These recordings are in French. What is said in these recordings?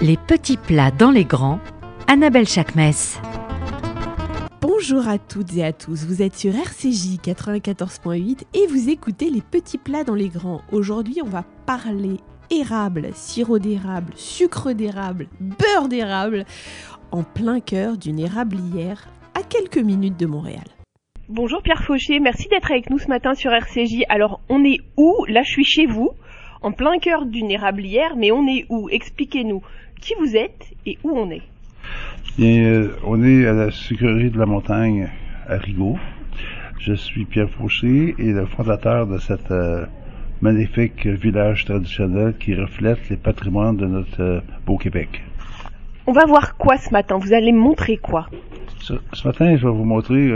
Les petits plats dans les grands, Annabelle Chakmes. Bonjour à toutes et à tous, vous êtes sur RCJ 94.8 et vous écoutez Les petits plats dans les grands. Aujourd'hui, on va parler érable, sirop d'érable, sucre d'érable, beurre d'érable, en plein cœur d'une érablière à quelques minutes de Montréal. Bonjour Pierre Fauché, merci d'être avec nous ce matin sur RCJ. Alors, on est où? Là, je suis chez vous, en plein cœur d'une érablière, mais on est où? Expliquez-nous qui vous êtes et où on est. Bien, on est à la sucrerie de la montagne à Rigaud. Je suis Pierre Fauché et le fondateur de cet magnifique village traditionnel qui reflète les patrimoines de notre beau Québec. On va voir quoi ce matin? Vous allez me montrer quoi? Ce matin, je vais vous montrer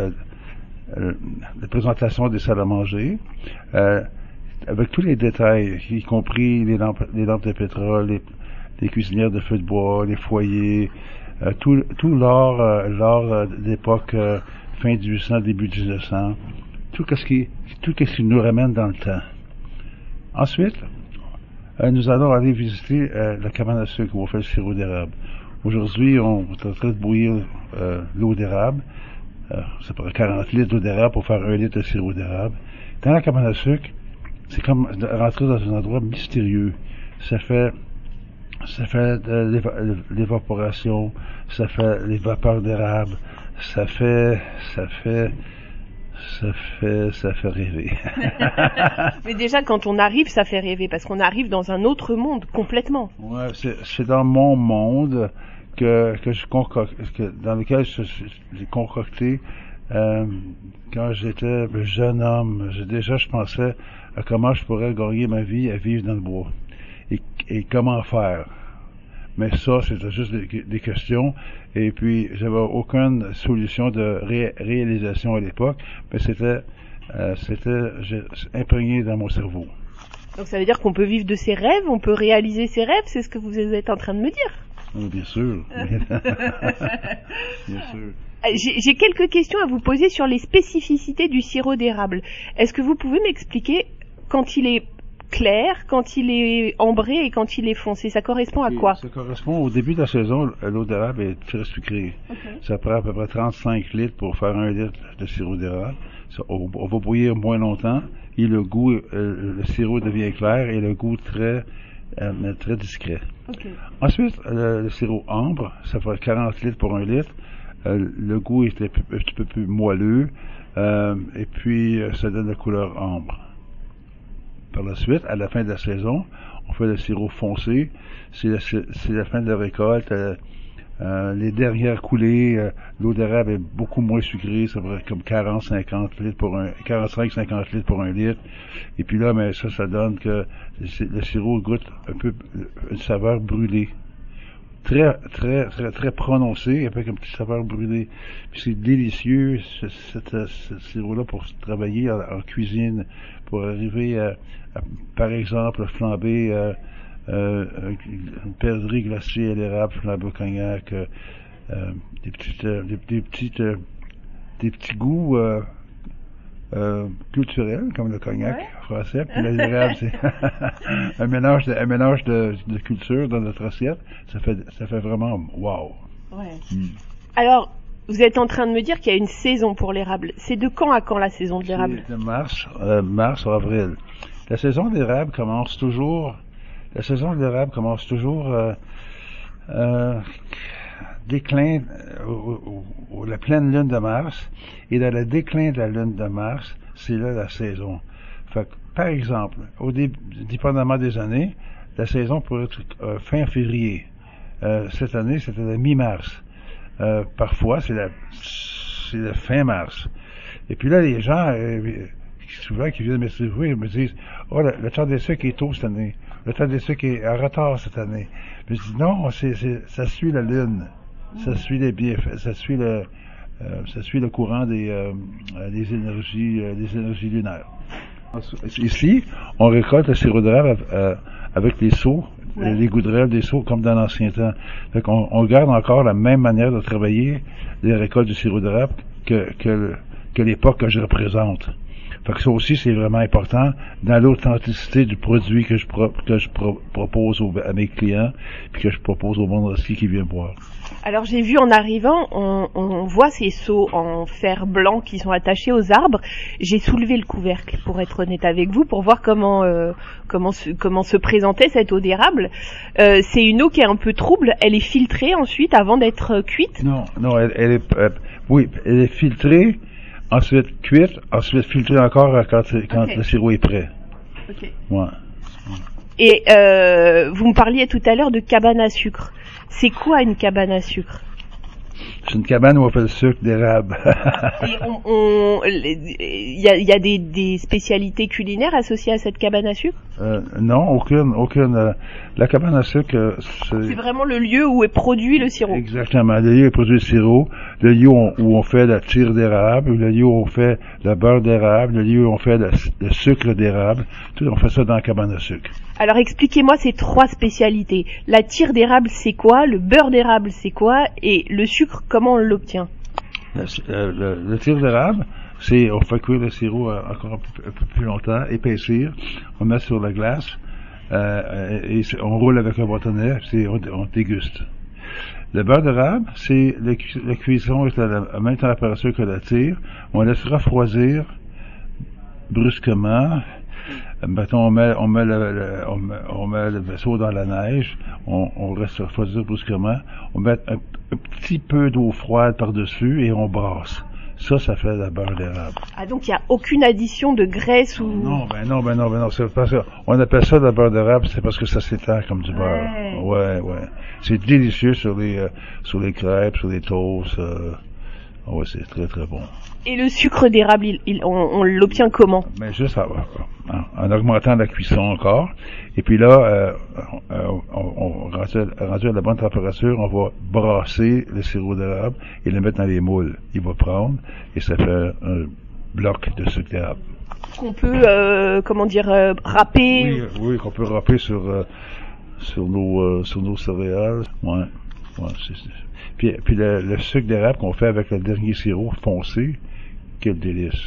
la présentation des salles à manger, avec tous les détails, y compris les lampes de pétrole, les cuisinières de feu de bois, les foyers, tout l'art d'époque fin 1800, début 1900, tout ce qui nous ramène dans le temps. Ensuite, nous allons aller visiter la cabane à sucre où on fait le sirop d'érable. Aujourd'hui, on est en train de bouillir l'eau d'érable. Ça prend 40 litres d'eau d'érable pour faire 1 litre de sirop d'érable. Dans la cabane à sucre, c'est comme rentrer dans un endroit mystérieux. Ça fait de l'évaporation, ça fait les vapeurs d'érable, ça fait rêver. Mais déjà, quand on arrive, ça fait rêver, parce qu'on arrive dans un autre monde, complètement. Ouais, c'est dans mon monde dans lequel j'ai concocté, quand j'étais jeune homme. Je pensais à comment je pourrais gagner ma vie à vivre dans le bois. Et comment faire. Mais ça, c'était juste des questions. Et puis, j'avais aucune solution de réalisation à l'époque, mais c'était imprégné dans mon cerveau. Donc ça veut dire qu'on peut vivre de ses rêves, on peut réaliser ses rêves, c'est ce que vous êtes en train de me dire? Oui, bien sûr. Bien sûr. J'ai quelques questions à vous poser sur les spécificités du sirop d'érable. Est-ce que vous pouvez m'expliquer quand il est clair, quand il est ambré et quand il est foncé? Ça correspond à quoi? Ça correspond au début de la saison, l'eau d'érable est très sucrée. Okay. Ça prend à peu près 35 litres pour faire 1 litre de sirop d'érable. On va bouillir moins longtemps et le goût, le sirop devient clair et le goût très discret. Okay. Ensuite, le sirop ambre, ça fait 40 litres pour 1 litre. Le goût est un petit peu plus moelleux et puis ça donne la couleur ambre. Par la suite, à la fin de la saison, on fait le sirop foncé. C'est la fin de la récolte. Les dernières coulées, l'eau d'érable est beaucoup moins sucrée. Ça va être comme 45-50 litres pour 1 litre. Et puis là, mais ça donne que le sirop goûte un peu une saveur brûlée. Très, très, très, très prononcée, avec une petite saveur brûlée. Puis c'est délicieux, ce sirop-là, pour travailler en cuisine, pour arriver à par exemple, flamber une perdrix glacée à l'érable, flambé au cognac, des petits goûts culturels, comme le cognac français, puis l'érable, c'est un mélange de culture dans notre assiette. Ça fait vraiment wow. Ouais. Alors, vous êtes en train de me dire qu'il y a une saison pour l'érable. C'est de quand à quand la saison de l'érable? C'est de mars à avril. La saison de l'érable commence toujours déclin la pleine lune de mars, et dans le déclin de la lune de mars, c'est là la saison. Fait que, par exemple, dépendamment des années, la saison pourrait être fin février. Cette année, c'était la mi-mars. Parfois, c'est la fin mars. Et puis là, les gens, souvent, qui viennent me trouver, ils me disent, oh, le temps des sucres est tôt cette année. Le temps des sucres est en retard cette année. Mais je dis, non, ça suit la lune. Ça suit les bienfaits. Ça suit le courant des énergies lunaires. Ici, on récolte le sirop d'érable avec les seaux, les goudrelles des seaux, comme dans l'ancien temps. Fait qu'on on garde encore la même manière de travailler les récoltes du sirop d'érable que l'époque que je représente. Fait que ça aussi, c'est vraiment important dans l'authenticité du produit que je propose à mes clients, puis que je propose au monde ski qui vient boire. Alors j'ai vu en arrivant, on voit ces seaux en fer blanc qui sont attachés aux arbres. J'ai soulevé le couvercle, pour être honnête avec vous, pour voir comment se présentait cette eau d'érable. C'est une eau qui est un peu trouble. Elle est filtrée ensuite avant d'être cuite? Non, elle est filtrée, ensuite cuite, ensuite filtrée encore quand le sirop est prêt. Okay. Ouais. Et vous me parliez tout à l'heure de cabane à sucre. C'est quoi une cabane à sucre? C'est une cabane où on fait le sucre d'érable. Et il y a des spécialités culinaires associées à cette cabane à sucre? Non, aucune. La cabane à sucre, c'est vraiment le lieu où est produit le sirop. Exactement. Le lieu où est produit le sirop, le lieu où on fait la tire d'érable, le lieu où on fait le beurre d'érable, le lieu où on fait le sucre d'érable. Tout, on fait ça dans la cabane à sucre. Alors expliquez-moi ces trois spécialités. La tire d'érable, c'est quoi? Le beurre d'érable, c'est quoi? Et le sucre, comment on l'obtient? Le tire d'érable, on fait cuire le sirop encore un peu plus longtemps, épaissir, on met sur la glace, et on roule avec un bâtonnet, on déguste. Le beurre d'érable, c'est la cuisson est à la même température que la tire, on laisse refroidir brusquement. Mettons, on met le vaisseau dans la neige, on laisse refroidir brusquement, on met un petit peu d'eau froide par-dessus et on brasse. Ça fait la beurre d'érable. Ah, donc il n'y a aucune addition de graisse ou... Non. C'est parce on appelle ça la beurre d'érable, c'est parce que ça s'étend comme du beurre. Ouais. C'est délicieux sur les crêpes, sur les toasts. Ouais, c'est très très bon. Et le sucre d'érable, on l'obtient comment? Mais juste en augmentant la cuisson encore. Et puis là, rendu à la bonne température, on va brasser le sirop d'érable et le mettre dans les moules. Il va prendre et ça fait un bloc de sucre d'érable. Qu'on peut, râper? Oui, qu'on peut râper sur nos céréales. Ouais, Puis le sucre d'érable qu'on fait avec le dernier sirop foncé, quel délice.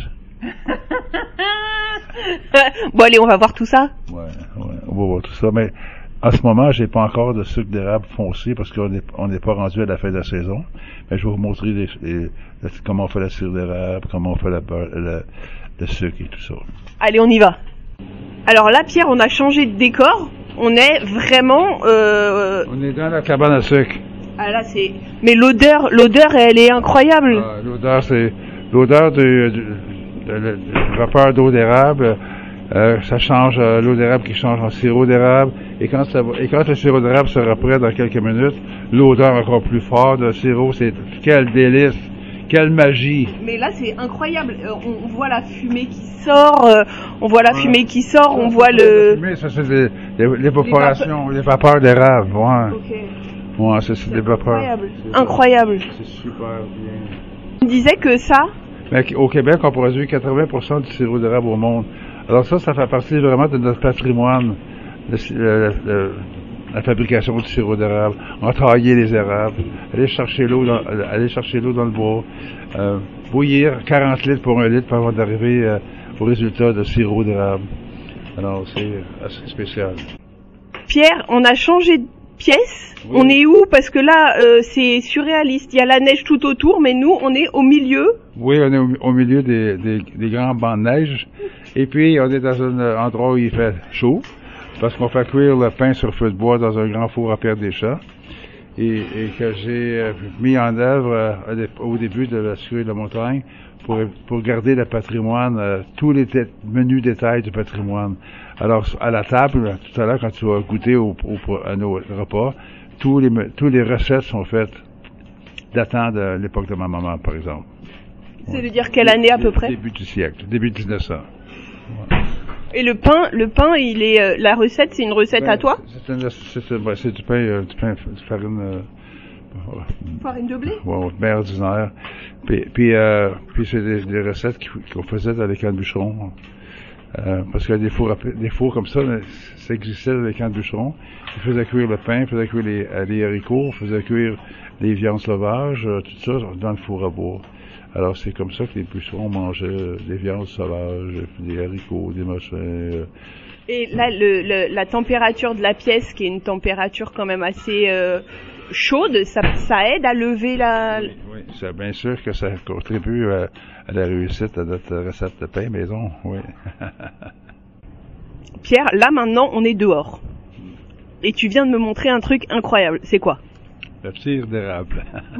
Bon, allez, on va voir tout ça. Ouais, on va voir tout ça. Mais en ce moment, j'ai pas encore de sucre d'érable foncé parce qu'on n'est pas rendu à la fin de la saison. Mais je vais vous montrer comment on fait la cire d'érable, comment on fait le sucre et tout ça. Allez, on y va. Alors là, Pierre, on a changé de décor. On est vraiment... On est dans la cabane à sucre. Ah là, mais l'odeur, elle est incroyable. L'odeur, c'est l'odeur du vapeur d'eau d'érable. Ça change l'eau d'érable qui change en sirop d'érable. Et quand le sirop d'érable sera prêt dans quelques minutes, l'odeur encore plus forte de sirop, c'est quel délice, quelle magie. Mais là, c'est incroyable. On voit la fumée qui sort. On voit le. La fumée, ça c'est l'évaporation, les vapeurs d'érable. Ouais. Okay. Ouais, c'est des vapeurs. Incroyable. C'est super bien. On disait que ça. Mais au Québec, on produit 80% du sirop d'érable au monde. Alors ça fait partie vraiment de notre patrimoine, la fabrication du sirop d'érable, entailler les érables, aller chercher l'eau dans le bois, bouillir 40 litres pour 1 litre avant d'arriver au résultat de sirop d'érable. Alors c'est assez spécial. Pierre, on a changé de pièce. Oui. On est où? Parce que là, c'est surréaliste. Il y a la neige tout autour, mais nous, on est au milieu. Oui, on est au milieu des grands bancs de neige. Et puis, on est dans un endroit où il fait chaud, parce qu'on fait cuire le pain sur feu de bois dans un grand four à Pierre des Champs. Et que j'ai mis en œuvre au début de la Sûreté de la montagne pour garder le patrimoine, tous les menus détails du patrimoine. Alors, à la table, tout à l'heure, quand tu vas goûter à nos repas, tous les recettes sont faites datant de l'époque de ma maman, par exemple. C'est de dire quelle année à peu près? Début du siècle, début 1900. Ouais. Et le pain, il est la recette, c'est une recette à toi? C'est du pain, du farine. Farine de blé? Ouais, bien ordinaire. Puis c'est des recettes qu'on faisait dans les camps de bûcherons. Parce que des fours comme ça existait dans les camps de bûcherons. Ils faisaient cuire le pain, ils faisaient cuire les haricots, ils faisaient cuire les viandes sauvages, tout ça dans le four à bois. Alors c'est comme ça que les pucerons mangeaient des viandes sauvages, des haricots, des machins. Et là, la température de la pièce, qui est une température quand même assez chaude, ça aide à lever la... Oui, c'est bien sûr que ça contribue à la réussite de notre recette de pain maison, oui. Pierre, là maintenant, on est dehors. Et tu viens de me montrer un truc incroyable. C'est quoi? La tire d'érable.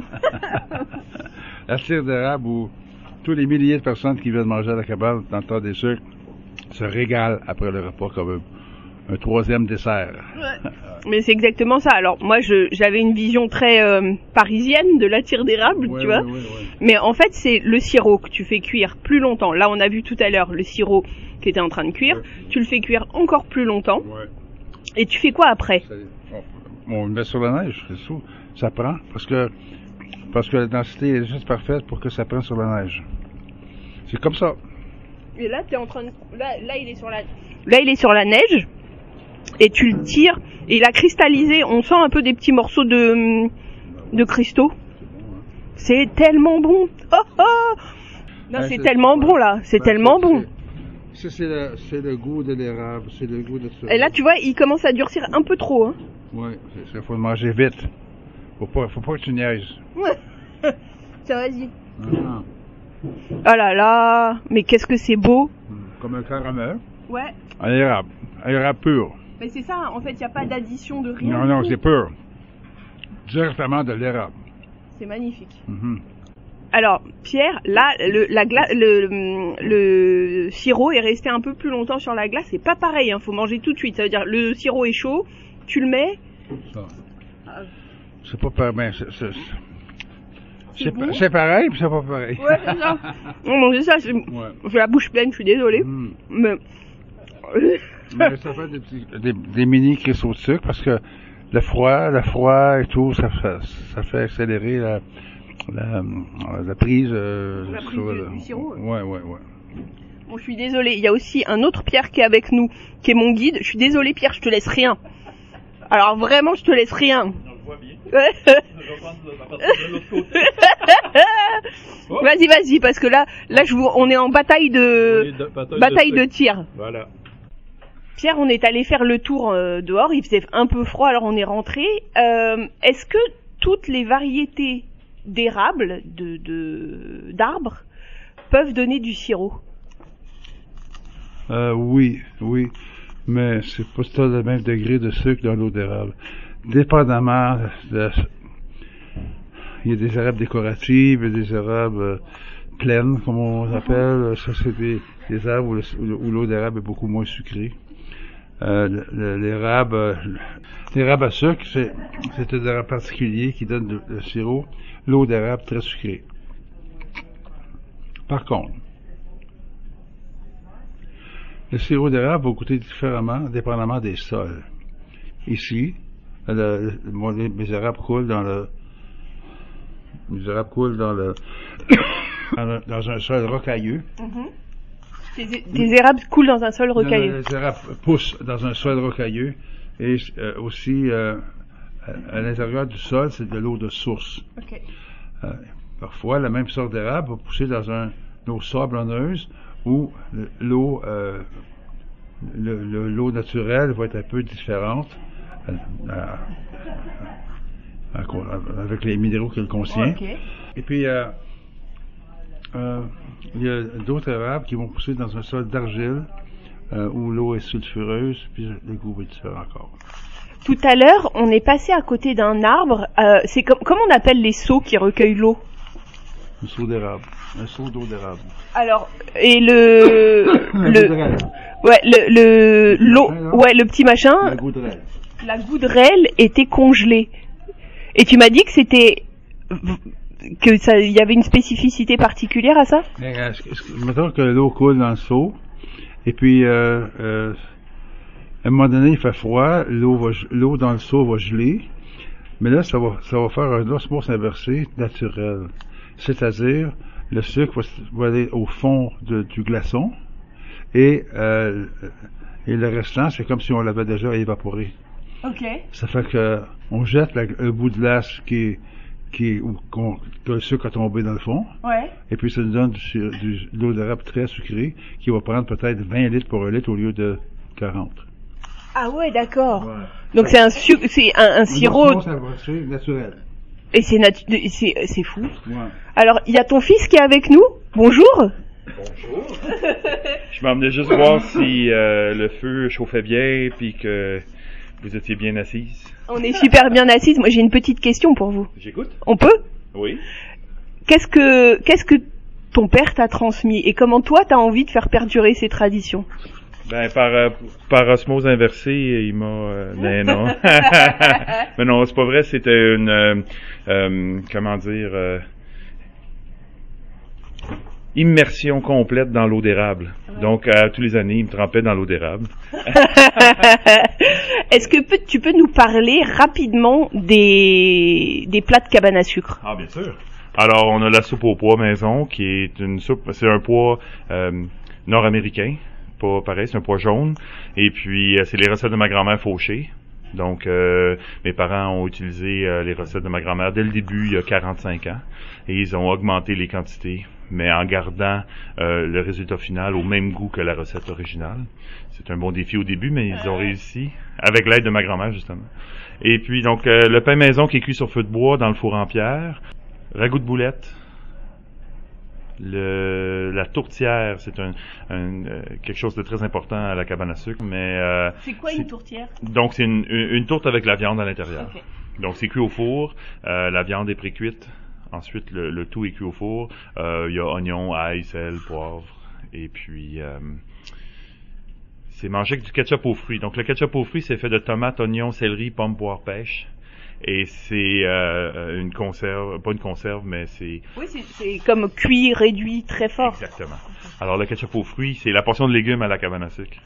La tire d'érable où tous les milliers de personnes qui viennent manger à la cabane dans le temps des sucres se régalent après le repas comme un troisième dessert. Ouais. Mais c'est exactement ça. Alors moi, j'avais une vision très parisienne de la tire d'érable, Ouais, tu vois. ouais. Mais en fait, c'est le sirop que tu fais cuire plus longtemps. Là, on a vu tout à l'heure le sirop qui était en train de cuire. Ouais. Tu le fais cuire encore plus longtemps. Ouais. Et tu fais quoi après? On le met sur la neige, c'est tout. Ça prend, parce que la densité est juste parfaite pour que ça prenne sur la neige. C'est comme ça. Et là, t'es en train de... Là, il est sur la neige. Et tu le tires. Et il a cristallisé. On sent un peu des petits morceaux de cristaux. C'est tellement bon. Oh, oh. Non, c'est tellement bon, là. C'est tellement bon. Ça, c'est le goût de l'érable. C'est le goût de ça. Et là, tu vois, il commence à durcir un peu trop. Hein. Oui, il faut le manger vite. Faut pas que tu niaises. Ça, vas-y. Ah. Oh là là. Mais qu'est-ce que c'est beau. Comme un caramel. Ouais. Un érable. Un érable pur. Mais c'est ça, en fait, il n'y a pas d'addition de rien. Non, c'est pur. Directement de l'érable. C'est magnifique. Mm-hmm. Alors, Pierre, là, le sirop est resté un peu plus longtemps sur la glace. C'est pas pareil, hein, faut manger tout de suite. Ça veut dire, le sirop est chaud, tu le mets. Ça. C'est pas pareil. Bon. C'est pareil, puis c'est pas pareil. Ouais, c'est ça. Non, manger ça, j'ai la bouche pleine, je suis désolée. Mais... Mais ça fait des mini cristaux de sucre parce que le froid et tout, ça fait accélérer la prise, du sirop. Ouais. Bon, je suis désolée. Il y a aussi un autre Pierre qui est avec nous, qui est mon guide. Je suis désolée, Pierre, je te laisse rien. Alors vraiment, je te laisse rien. On le voit bien. Ouais. Je vais prendre la partie de l'autre côté. Oh. Vas-y, parce que là, on est en bataille de tir. Voilà. Pierre, on est allé faire le tour dehors. Il faisait un peu froid, alors on est rentré. Est-ce que toutes les variétés d'érable, d'arbres, peuvent donner du sirop? Oui, mais c'est pas ça le même degré de sucre dans l'eau d'érable. Dépendamment il y a des érables décoratives, il y a des érables pleines, comme on appelle. Ça, c'est des arbres où l'eau d'érable est beaucoup moins sucrée. L'érable à sucre, c'est un érable particulier qui donne le sirop. L'eau d'érable très sucrée. Par contre, le sirop d'érable va goûter différemment, dépendamment des sols. Ici, mes érables coulent dans un sol rocailleux. Des érables coulent dans un sol rocailleux. Les érables poussent dans un sol rocailleux et aussi à l'intérieur du sol, c'est de l'eau de source. Okay. Parfois, la même sorte d'érable va pousser dans une eau sablonneuse où l'eau naturelle va être un peu différente avec les minéraux qu'elle contient. Okay. Et puis, il y a d'autres érables qui vont pousser dans un sol d'argile où l'eau est sulfureuse, puis le goût est différent encore. Tout à l'heure, on est passé à côté d'un arbre. C'est comment on appelle les seaux qui recueillent l'eau? Un seau d'érable. Un seau d'eau d'érable. Alors, et l'eau, le petit machin. La goudrelle. La goudrelle était congelée. Et tu m'as dit que il y avait une spécificité particulière à ça? Mettons que l'eau coule dans le seau, et puis à un moment donné il fait froid, l'eau dans le seau va geler, mais là ça va faire un osmose inversé naturel, c'est-à-dire le sucre va aller au fond du glaçon et le restant c'est comme si on l'avait déjà évaporé. Ok. Ça fait que on jette le bout de glace qui que le sucre a tombé dans le fond. Ouais. Et puis ça nous donne de l'eau d'érable très sucrée qui va prendre peut-être 20 litres pour 1 litre au lieu de 40. Ah ouais, d'accord. Ouais. Donc c'est un sirop. C'est naturel. Et c'est fou. Ouais. Alors, il y a ton fils qui est avec nous. Bonjour. Bonjour. Je m'emmenais juste voir si le feu chauffait bien puis que vous étiez bien assise. On est super bien assises. Moi, j'ai une petite question pour vous. J'écoute. On peut? Oui. Qu'est-ce que ton père t'a transmis et comment toi t'as envie de faire perdurer ces traditions? Ben par osmose inversée, il m'a ben non. Mais non, c'est pas vrai, c'était une comment dire immersion complète dans l'eau d'érable. Ouais. Donc tous les années, il me trempait dans l'eau d'érable. Est-ce que tu peux nous parler rapidement des plats de cabane à sucre? Ah bien sûr. Alors on a la soupe au pois maison qui est une soupe, c'est un pois nord-américain. Pas pareil, c'est un pois jaune. Et puis, c'est les recettes de ma grand-mère Fauché. Donc, mes parents ont utilisé les recettes de ma grand-mère dès le début, il y a 45 ans. Et ils ont augmenté les quantités, mais en gardant le résultat final au même goût que la recette originale. C'est un bon défi au début, mais ils ont réussi, avec l'aide de ma grand-mère, justement. Et puis, donc, le pain maison qui est cuit sur feu de bois dans le four en pierre. Ragoût de boulettes. La tourtière, c'est quelque chose de très important à la cabane à sucre, mais c'est quoi une tourtière? Donc c'est une tourte avec la viande à l'intérieur. Okay. Donc c'est cuit au four, la viande est pré-cuite, ensuite le tout est cuit au four, il y a oignon, ail, sel, poivre, et puis c'est mangé avec du ketchup aux fruits. Donc le ketchup aux fruits c'est fait de tomates, oignons, céleri, pommes, poire, pêche. Et c'est une conserve, pas une conserve, mais c'est... Oui, c'est comme cuit, réduit, très fort. Exactement. Alors, le ketchup aux fruits, c'est la portion de légumes à la cabane à sucre.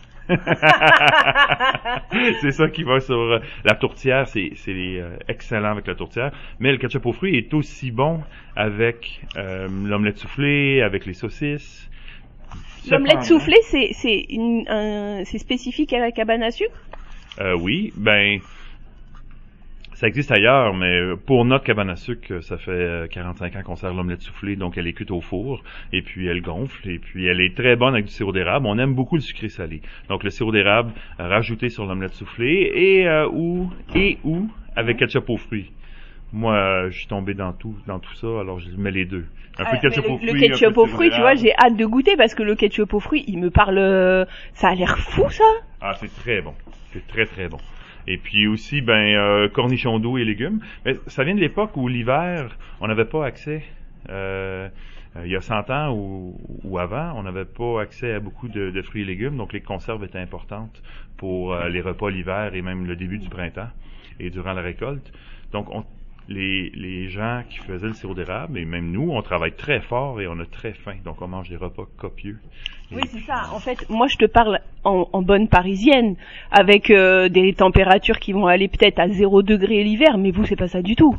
C'est ça qui va sur la tourtière, c'est excellent avec la tourtière. Mais le ketchup aux fruits est aussi bon avec l'omelette soufflée, avec les saucisses. L'omelette soufflée, c'est spécifique à la cabane à sucre? Oui, ben... Ça existe ailleurs, mais pour notre cabane à sucre, ça fait 45 ans qu'on sert l'omelette soufflée, donc elle est cuite au four, et puis elle gonfle, et puis elle est très bonne avec du sirop d'érable. On aime beaucoup le sucré salé. Donc le sirop d'érable rajouté sur l'omelette soufflée, et ou avec ketchup aux fruits. Moi, je suis tombé dans tout ça, alors je mets les deux. Un peu de ketchup aux fruits. Le ketchup aux fruits, tu vois, j'ai hâte de goûter parce que le ketchup aux fruits, il me parle, ça a l'air fou, ça. Ah, c'est très bon. C'est très, très bon. Et puis aussi, cornichons d'eau et légumes. Mais ça vient de l'époque où l'hiver, on n'avait pas accès. Il y a 100 ans ou avant, on n'avait pas accès à beaucoup de fruits et légumes. Donc les conserves étaient importantes pour les repas l'hiver et même le début du printemps et durant la récolte. Donc les gens qui faisaient le sirop d'érable, et même nous, on travaille très fort et on a très faim. Donc on mange des repas copieux. Oui, c'est ça. En fait, moi, je te parle en bonne parisienne, avec des températures qui vont aller peut-être à 0 degré l'hiver, mais vous, c'est pas ça du tout.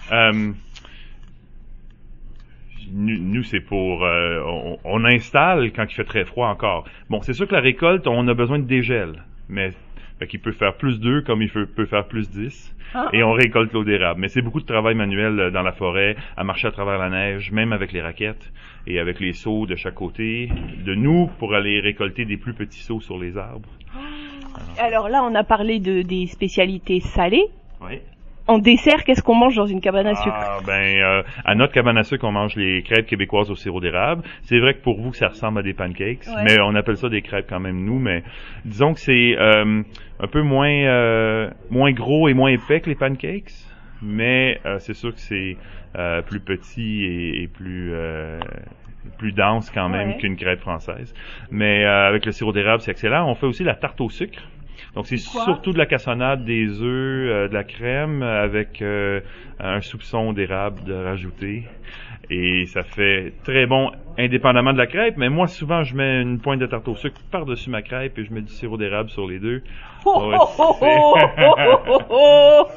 Nous, c'est pour... on installe quand il fait très froid encore. Bon, c'est sûr que la récolte, on a besoin de dégel, mais qu'il peut faire plus 2 comme il peut faire plus 10. Et on récolte l'eau d'érable. Mais c'est beaucoup de travail manuel dans la forêt, à marcher à travers la neige, même avec les raquettes et avec les seaux de chaque côté de nous pour aller récolter des plus petits seaux sur les arbres. Alors là, on a parlé des spécialités salées. Oui. En dessert, qu'est-ce qu'on mange dans une cabane à sucre? À notre cabane à sucre, on mange les crêpes québécoises au sirop d'érable. C'est vrai que pour vous, ça ressemble à des pancakes, mais on appelle ça des crêpes quand même, nous. Mais disons que c'est un peu moins gros et moins épais que les pancakes, mais c'est sûr que c'est plus petit et plus dense quand même qu'une crêpe française. Mais avec le sirop d'érable, c'est excellent. On fait aussi la tarte au sucre. Donc c'est surtout de la cassonade, des œufs, de la crème avec un soupçon d'érable de rajouter. Et ça fait très bon indépendamment de la crêpe, mais moi souvent je mets une pointe de tarte au sucre par-dessus ma crêpe et je mets du sirop d'érable sur les deux.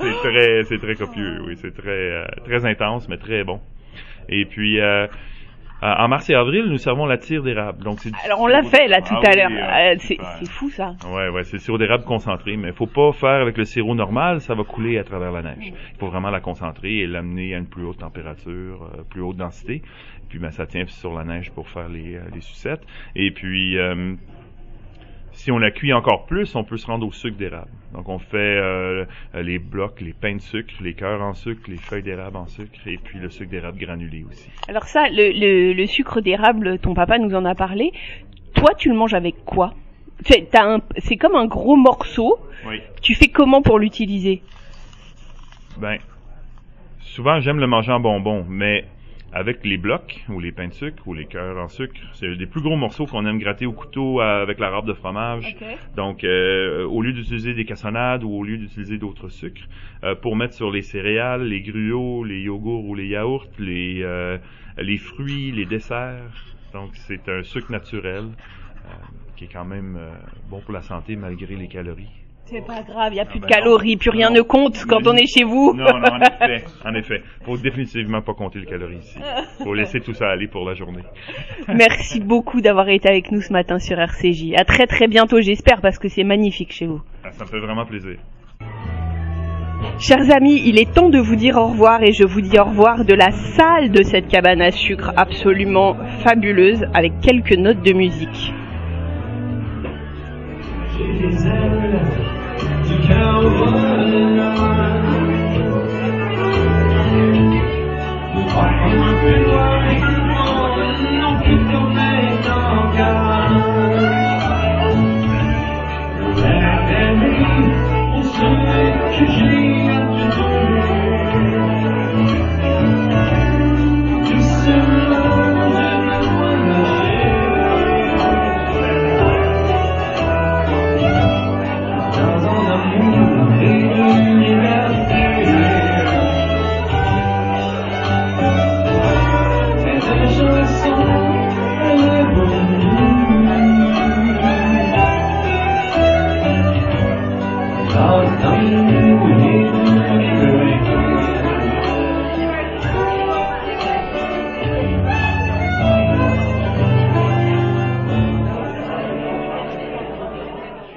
C'est très copieux, oui, c'est très intense mais très bon. Et puis En mars et avril, nous servons la tire d'érable. Donc Alors on l'a fait là tout à l'heure. Oui, C'est fou ça. Ouais, c'est le sirop d'érable concentré, mais faut pas faire avec le sirop normal, ça va couler à travers la neige. Il faut vraiment la concentrer et l'amener à une plus haute température, plus haute densité. Puis ça tient sur la neige pour faire les sucettes. Et puis si on la cuit encore plus, on peut se rendre au sucre d'érable. Donc on fait les blocs, les pains de sucre, les cœurs en sucre, les feuilles d'érable en sucre et puis le sucre d'érable granulé aussi. Alors ça, le sucre d'érable, ton papa nous en a parlé. Toi, tu le manges avec quoi? C'est comme un gros morceau. Oui. Tu fais comment pour l'utiliser? Ben, souvent j'aime le manger en bonbons, mais avec les blocs, ou les pains de sucre, ou les cœurs en sucre, c'est des plus gros morceaux qu'on aime gratter au couteau avec la râpe de fromage. Okay. Donc, au lieu d'utiliser des cassonades ou au lieu d'utiliser d'autres sucres, pour mettre sur les céréales, les gruaux, les yogourts ou les yaourts, les fruits, les desserts. Donc, c'est un sucre naturel qui est quand même bon pour la santé malgré les calories. C'est pas grave, il n'y a plus de calories, plus rien ne compte quand on est chez vous. Non, en effet. Faut définitivement pas compter les calories ici. Faut laisser tout ça aller pour la journée. Merci beaucoup d'avoir été avec nous ce matin sur RCJ. À très très bientôt, j'espère, parce que c'est magnifique chez vous. Ça me fait vraiment plaisir. Chers amis, il est temps de vous dire au revoir et je vous dis au revoir de la salle de cette cabane à sucre absolument fabuleuse avec quelques notes de musique.